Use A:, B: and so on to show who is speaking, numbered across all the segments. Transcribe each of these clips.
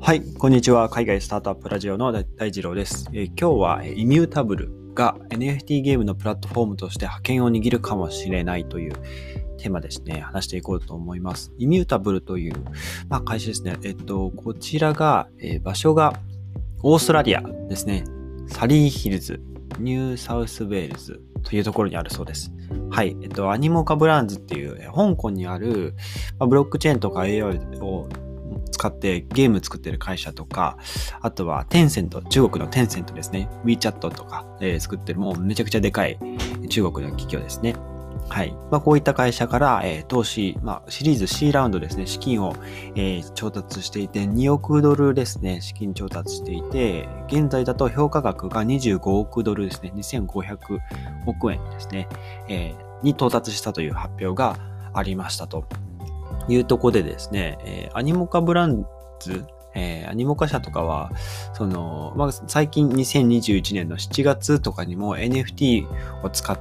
A: はい、こんにちは。海外スタートアップラジオの大二郎です。今日はイミュータブルが NFT ゲームのプラットフォームとして覇権を握るかもしれないというテーマですね、話していこうと思います。イミュータブルという、会社ですね。こちらが、場所がオーストラリアですね。サリーヒルズ、ニューサウスウェールズというところにあるそうです。はい、アニモカブランズっていう香港にある、ブロックチェーンとか AI を使ってゲーム作ってる会社とか、あとはテンセント、中国のテンセントですね。WeChat とか、作ってるもうめちゃくちゃでかい中国の企業ですね。はい。こういった会社から、投資、シリーズ C ラウンドですね、資金を、調達していて、2億ドルですね、資金調達していて、現在だと評価額が25億ドルですね、2500億円ですね、に到達したという発表がありましたというところでですね、アニモカブランズ、アニモカ社とかは、最近2021年の7月とかにも NFT を使って、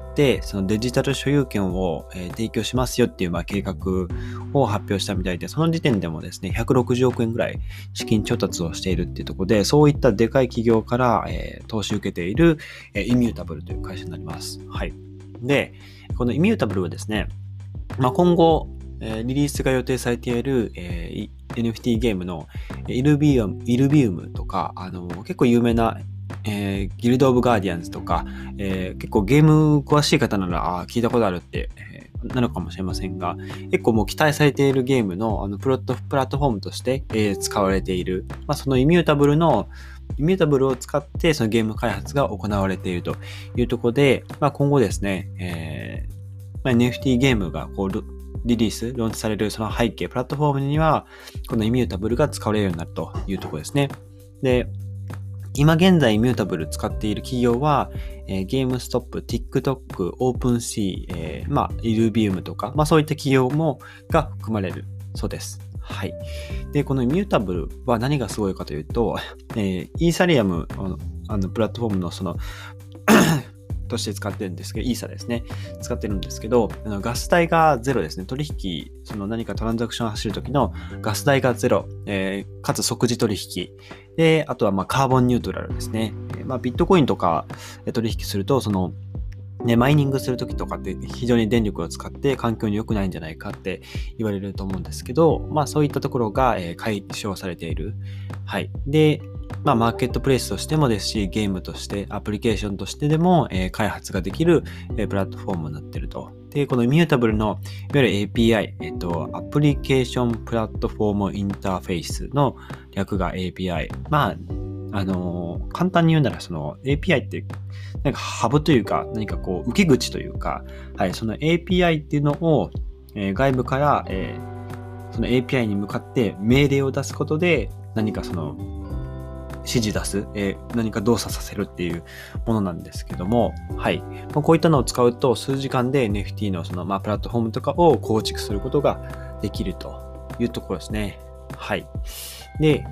A: そのデジタル所有権を、提供しますよっていう、計画を発表したみたいで、その時点でもですね、160億円ぐらい資金調達をしているっていうところで、そういったでかい企業から、投資を受けている、イミュータブルという会社になります。はい。で、このイミュータブルはですね、今後、リリースが予定されている、NFT ゲームのイルビウムとか、結構有名な、ギルド・オブ・ガーディアンズとか、結構ゲーム詳しい方なら聞いたことあるって、なのかもしれませんが、結構もう期待されているゲームの、プラットフォームとして、使われている、そのイミュータブルを使ってそのゲーム開発が行われているというところで、今後ですね、NFT ゲームがこうローンチされるその背景、プラットフォームには、このイミュータブルが使われるようになるというところですね。で、今現在イミュータブル使っている企業は、ゲームストップ、TikTok、OpenSea、イルビウムとか、そういった企業が含まれるそうです。はい。で、このイミュータブルは何がすごいかというと、イーサリアムプラットフォームのそのとして使ってるんですけど、イーサですね。使ってるんですけど、ガス代がゼロですね。取引、何かトランザクションを走るときのガス代がゼロ、かつ即時取引。で、あとはカーボンニュートラルですね。ビットコインとか取引すると、マイニングするときとかって非常に電力を使って環境に良くないんじゃないかって言われると思うんですけど、そういったところが解消されている。はい。で、マーケットプレイスとしてもですし、ゲームとして、アプリケーションとしてでも、開発ができる、プラットフォームになっていると。で、このイミュータブルのいわゆる API、アプリケーションプラットフォームインターフェースの略が API。簡単に言うならその API ってなんかハブというか何かこう受け口というか、はい、その API っていうのを、外部から、その API に向かって命令を出すことで何かその指示出す、何か動作させるっていうものなんですけども、はい。こういったのを使うと数時間で NFT のプラットフォームとかを構築することができるというところですね。はい。で、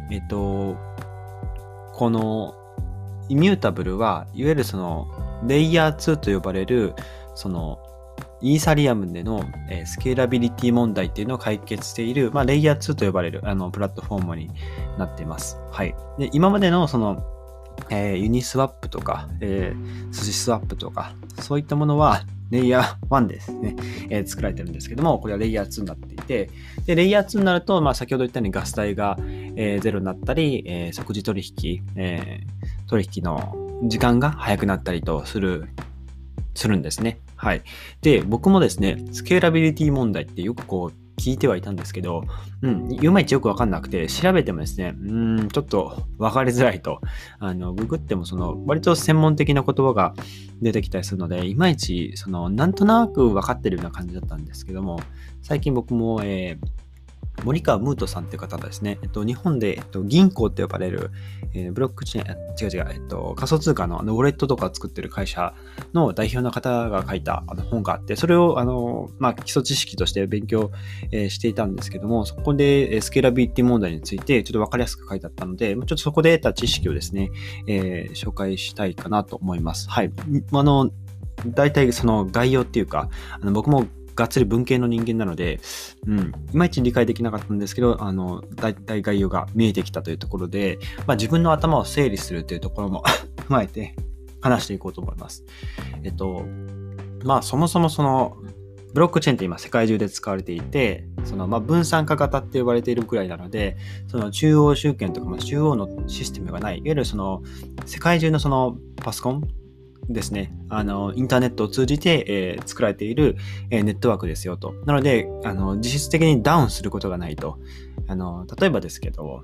A: このイミュータブルはいわゆるそのレイヤー2と呼ばれるそのイーサリアムでのスケーラビリティ問題っていうのを解決している、レイヤー2と呼ばれるプラットフォームになっています。はい。で、今までのその、ユニスワップとか、スシスワップとか、そういったものはレイヤー1ですね、作られてるんですけども、これはレイヤー2になっていて、で、レイヤー2になると、先ほど言ったようにガス代が、ゼロになったり、即時取引、取引の時間が早くなったりとするんですね。はい。で、僕もですね、スケーラビリティ問題ってよくこう聞いてはいたんですけど、いまいちよくわかんなくて、調べてもですね、ちょっとわかりづらいと、ググっても割と専門的な言葉が出てきたりするので、いまいち、なんとなくわかってるような感じだったんですけども、最近僕も、森川ムートさんっていう方ですね。日本で、銀行って呼ばれる、ブロックチェーン、仮想通貨のウォレットとかを作ってる会社の代表の方が書いた本があって、それを基礎知識として勉強、していたんですけども、そこでスケーラビリティ問題についてちょっとわかりやすく書いてあったので、ちょっとそこで得た知識をですね、紹介したいかなと思います。はい。大体その概要っていうか、僕もがっつり文系の人間なので、いまいち理解できなかったんですけど、大体概要が見えてきたというところで、自分の頭を整理するというところも踏まえて話していこうと思います。そもそもそのブロックチェーンって今世界中で使われていて、分散化型って呼ばれているくらいなので、その中央集権とか、中央のシステムがない、いわゆるその世界中のそのパソコンですね、インターネットを通じて、作られている、ネットワークですよと。なので、実質的にダウンすることがないと。例えばですけど、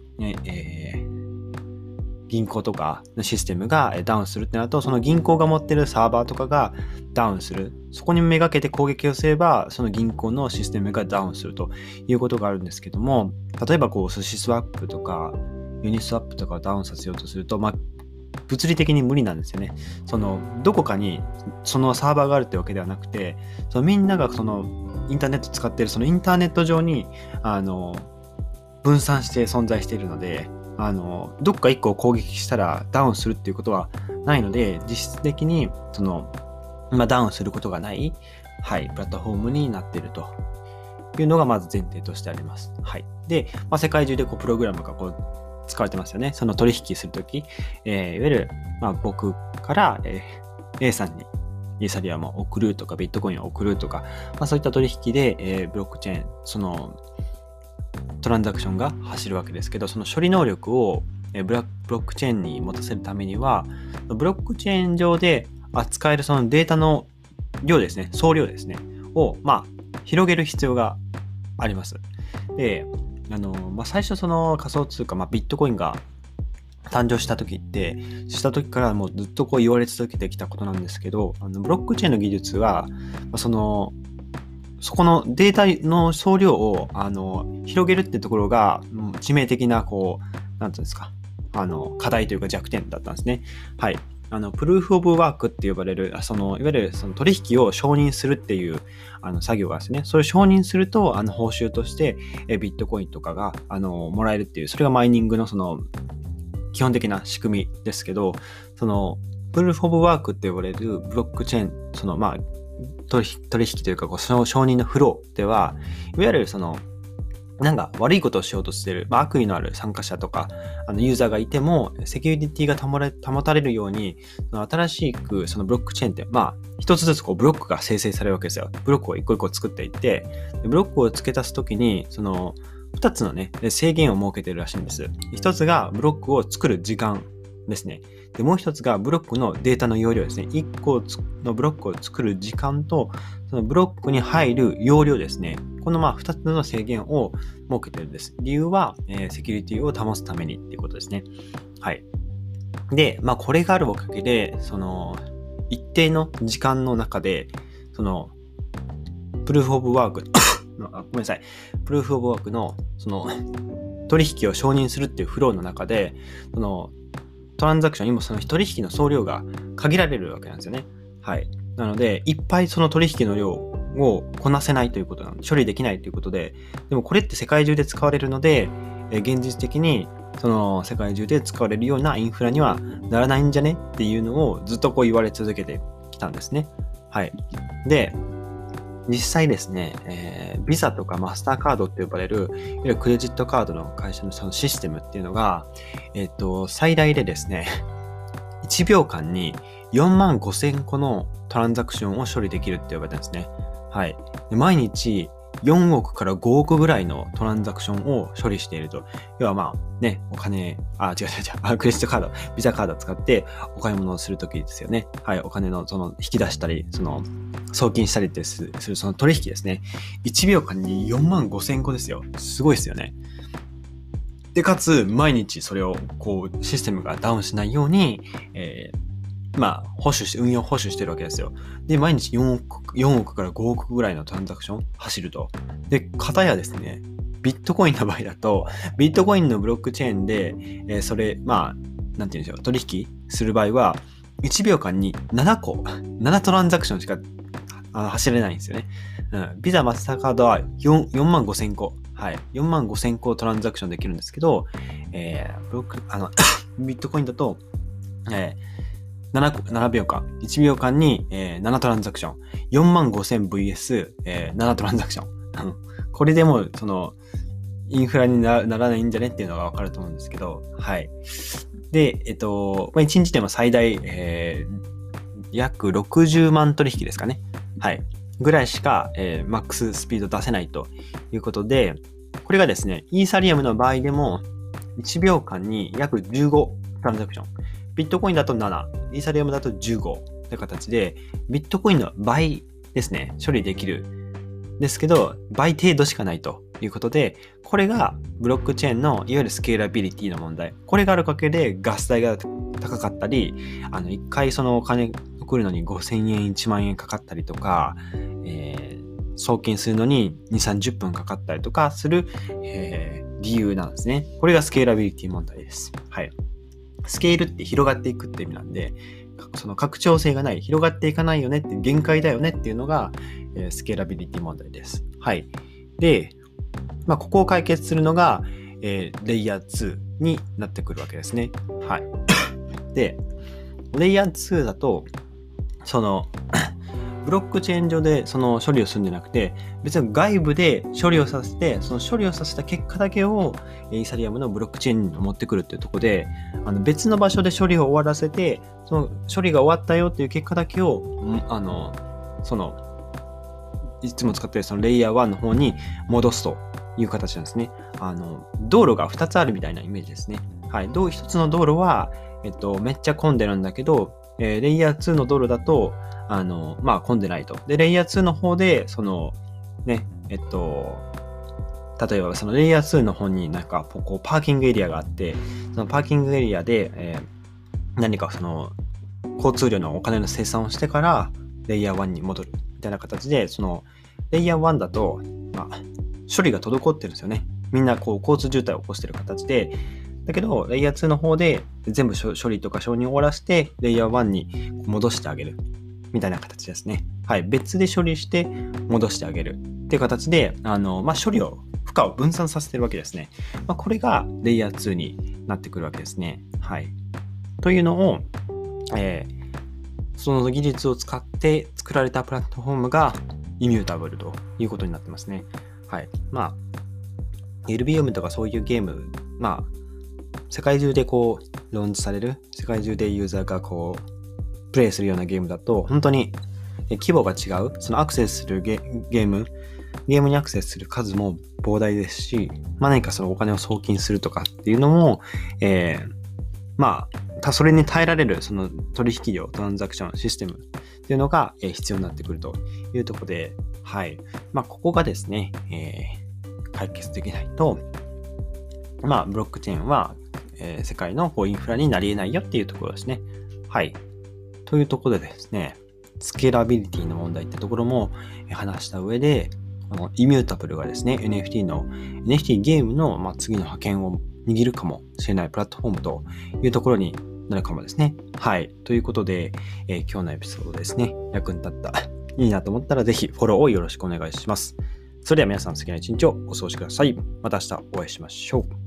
A: 銀行とかのシステムがダウンするってなると、その銀行が持ってるサーバーとかがダウンする。そこにめがけて攻撃をすれば、その銀行のシステムがダウンするということがあるんですけども、例えば寿司スワップとかユニスワップとかをダウンさせようとすると、物理的に無理なんですよね。どこかにそのサーバーがあるってわけではなくて、みんながそのインターネット使っているそのインターネット上に分散して存在しているので、どっか一個を攻撃したらダウンするっていうことはないので、実質的にダウンすることがない、プラットフォームになっているというのがまず前提としてあります。で、世界中でプログラムが使われてますよね。その取引するとき、いわゆる、僕から、A さんにイーサリアムを送るとか、ビットコインを送るとか、そういった取引で、ブロックチェーン、そのトランザクションが走るわけですけど、その処理能力をブロックチェーンに持たせるためには、ブロックチェーン上で扱えるそのデータの量ですね、総量ですね、を、広げる必要があります。で、最初その仮想通貨、ビットコインが誕生した時からもうずっと言われ続けてきたことなんですけど、ブロックチェーンの技術は、そこのデータの総量を広げるってところが致命的ななんていうんですか、課題というか弱点だったんですね。プルーフオブワークって呼ばれる、いわゆるその取引を承認するっていう作業がですね、それを承認すると報酬としてビットコインとかがもらえるっていう、それがマイニングのその基本的な仕組みですけど、そのプルーフオブワークって呼ばれるブロックチェーン、取引というかその承認のフローでは、いわゆるなんか悪いことをしようとしている、悪意のある参加者とかユーザーがいてもセキュリティが保たれるように、新しくそのブロックチェーンって一つずつブロックが生成されるわけですよ。ブロックを一個一個作っていって、ブロックを付け足すときに2つのね制限を設けているらしいんです。一つがブロックを作る時間ですね。で、もう一つがブロックのデータの容量ですね。1個のブロックを作る時間と、そのブロックに入る容量ですね。この2つの制限を設けてるんです。理由は、セキュリティを保つためにっていうことですね。で、これがあるおかげで、一定の時間の中で、プルーフオブワークプルーフオブワークの取引を承認するっていうフローの中で、トランザクションにもその取引の総量が限られるわけなんですよね。なので、いっぱいその取引の量をこなせないということなんで、処理できないということで、でもこれって世界中で使われるので、現実的にその世界中で使われるようなインフラにはならないんじゃねっていうのをずっと言われ続けてきたんですね。で、実際ですね、ビザとかマスターカードって呼ばれる、いわゆるクレジットカードの会社のそのシステムっていうのが、最大でですね、1秒間に45,000個のトランザクションを処理できるって呼ばれてるんですね。で、毎日4億から5億ぐらいのトランザクションを処理していると。要はお金、クレジットカード、ビザカードを使ってお買い物をするときですよね。お金の引き出したり、送金したりってするその取引ですね。1秒間に45,000個ですよ。すごいですよね。で、かつ、毎日それをシステムがダウンしないように、運用保守してるわけですよ。で、毎日4億から5億ぐらいのトランザクション走ると。で、片やですね、ビットコインの場合だと、ビットコインのブロックチェーンで、それ、なんて言うんでしょう、取引する場合は、1秒間に7トランザクションしか走れないんですよね。ビザ、マスターカードは45,000個。45,000個トランザクションできるんですけど、ビットコインだと、 7秒間、1秒間に、7トランザクション、45,000vs、7トランザクション。これでもう、インフラにならないんじゃねっていうのがわかると思うんですけど、はい。で、1日でも最大、約60万取引ですかね。はい。ぐらいしか、マックススピード出せないということで、これがですね、イーサリアムの場合でも、1秒間に約15トランザクション。ビットコインだと7、イーサリアムだと15という形で、ビットコインの倍ですね、処理できる。ですけど、倍程度しかないということで、これがブロックチェーンのいわゆるスケーラビリティの問題。これがあるわけでガス代が高かったり、1回そのお金送るのに5,000円、1万円かかったりとか、送金するのに2、30分かかったりとかする、理由なんですね。これがスケーラビリティ問題です。はい。スケールって広がっていくって意味なんで、その拡張性がない、広がっていかないよねって限界だよねっていうのが、スケーラビリティ問題です。はい。で、ここを解決するのが、レイヤー2になってくるわけですね。はい。で、レイヤー2だと、ブロックチェーン上でその処理をするんじゃなくて、別に外部で処理をさせて、その処理をさせた結果だけをイーサリアムのブロックチェーンに持ってくるっていうところで、別の場所で処理を終わらせて、その処理が終わったよっていう結果だけを、いつも使っているそのレイヤー1の方に戻すという形なんですね。道路が2つあるみたいなイメージですね。はい。1つの道路は、めっちゃ混んでるんだけど、レイヤー2の道路だと、混んでないと。で、レイヤー2の方で、例えばそのレイヤー2の方にこうパーキングエリアがあって、そのパーキングエリアで、何か交通量のお金の生産をしてから、レイヤー1に戻るみたいな形で、レイヤー1だと、処理が滞ってるんですよね。みんな交通渋滞を起こしてる形で、だけど、レイヤー2の方で全部処理とか承認を終わらせて、レイヤー1に戻してあげる。みたいな形ですね。はい。別で処理して戻してあげる。っていう形で、処理を、負荷を分散させてるわけですね。これがレイヤー2になってくるわけですね。はい。というのを、その技術を使って作られたプラットフォームがイミュータブルということになってますね。はい。LBM とかそういうゲーム、世界中でローンチされる、世界中でユーザーがプレイするようなゲームだと、本当に規模が違う、そのアクセスするゲームにアクセスする数も膨大ですし、何かそのお金を送金するとかっていうのも、それに耐えられるその取引量、トランザクション、システムっていうのが必要になってくるというところで、はい。ここがですね、解決できないと、ブロックチェーンは、世界のインフラになり得ないよっていうところですね。はい。というところでですね、スケーラビリティの問題ってところも話した上で、イミュータブルがですね、NFT ゲームの次の覇権を握るかもしれないプラットフォームというところになるかもですね。はい。ということで、今日のエピソードですね、役に立った、いいなと思ったらぜひフォローをよろしくお願いします。それでは皆さん素敵な一日をお過ごしください。また明日お会いしましょう。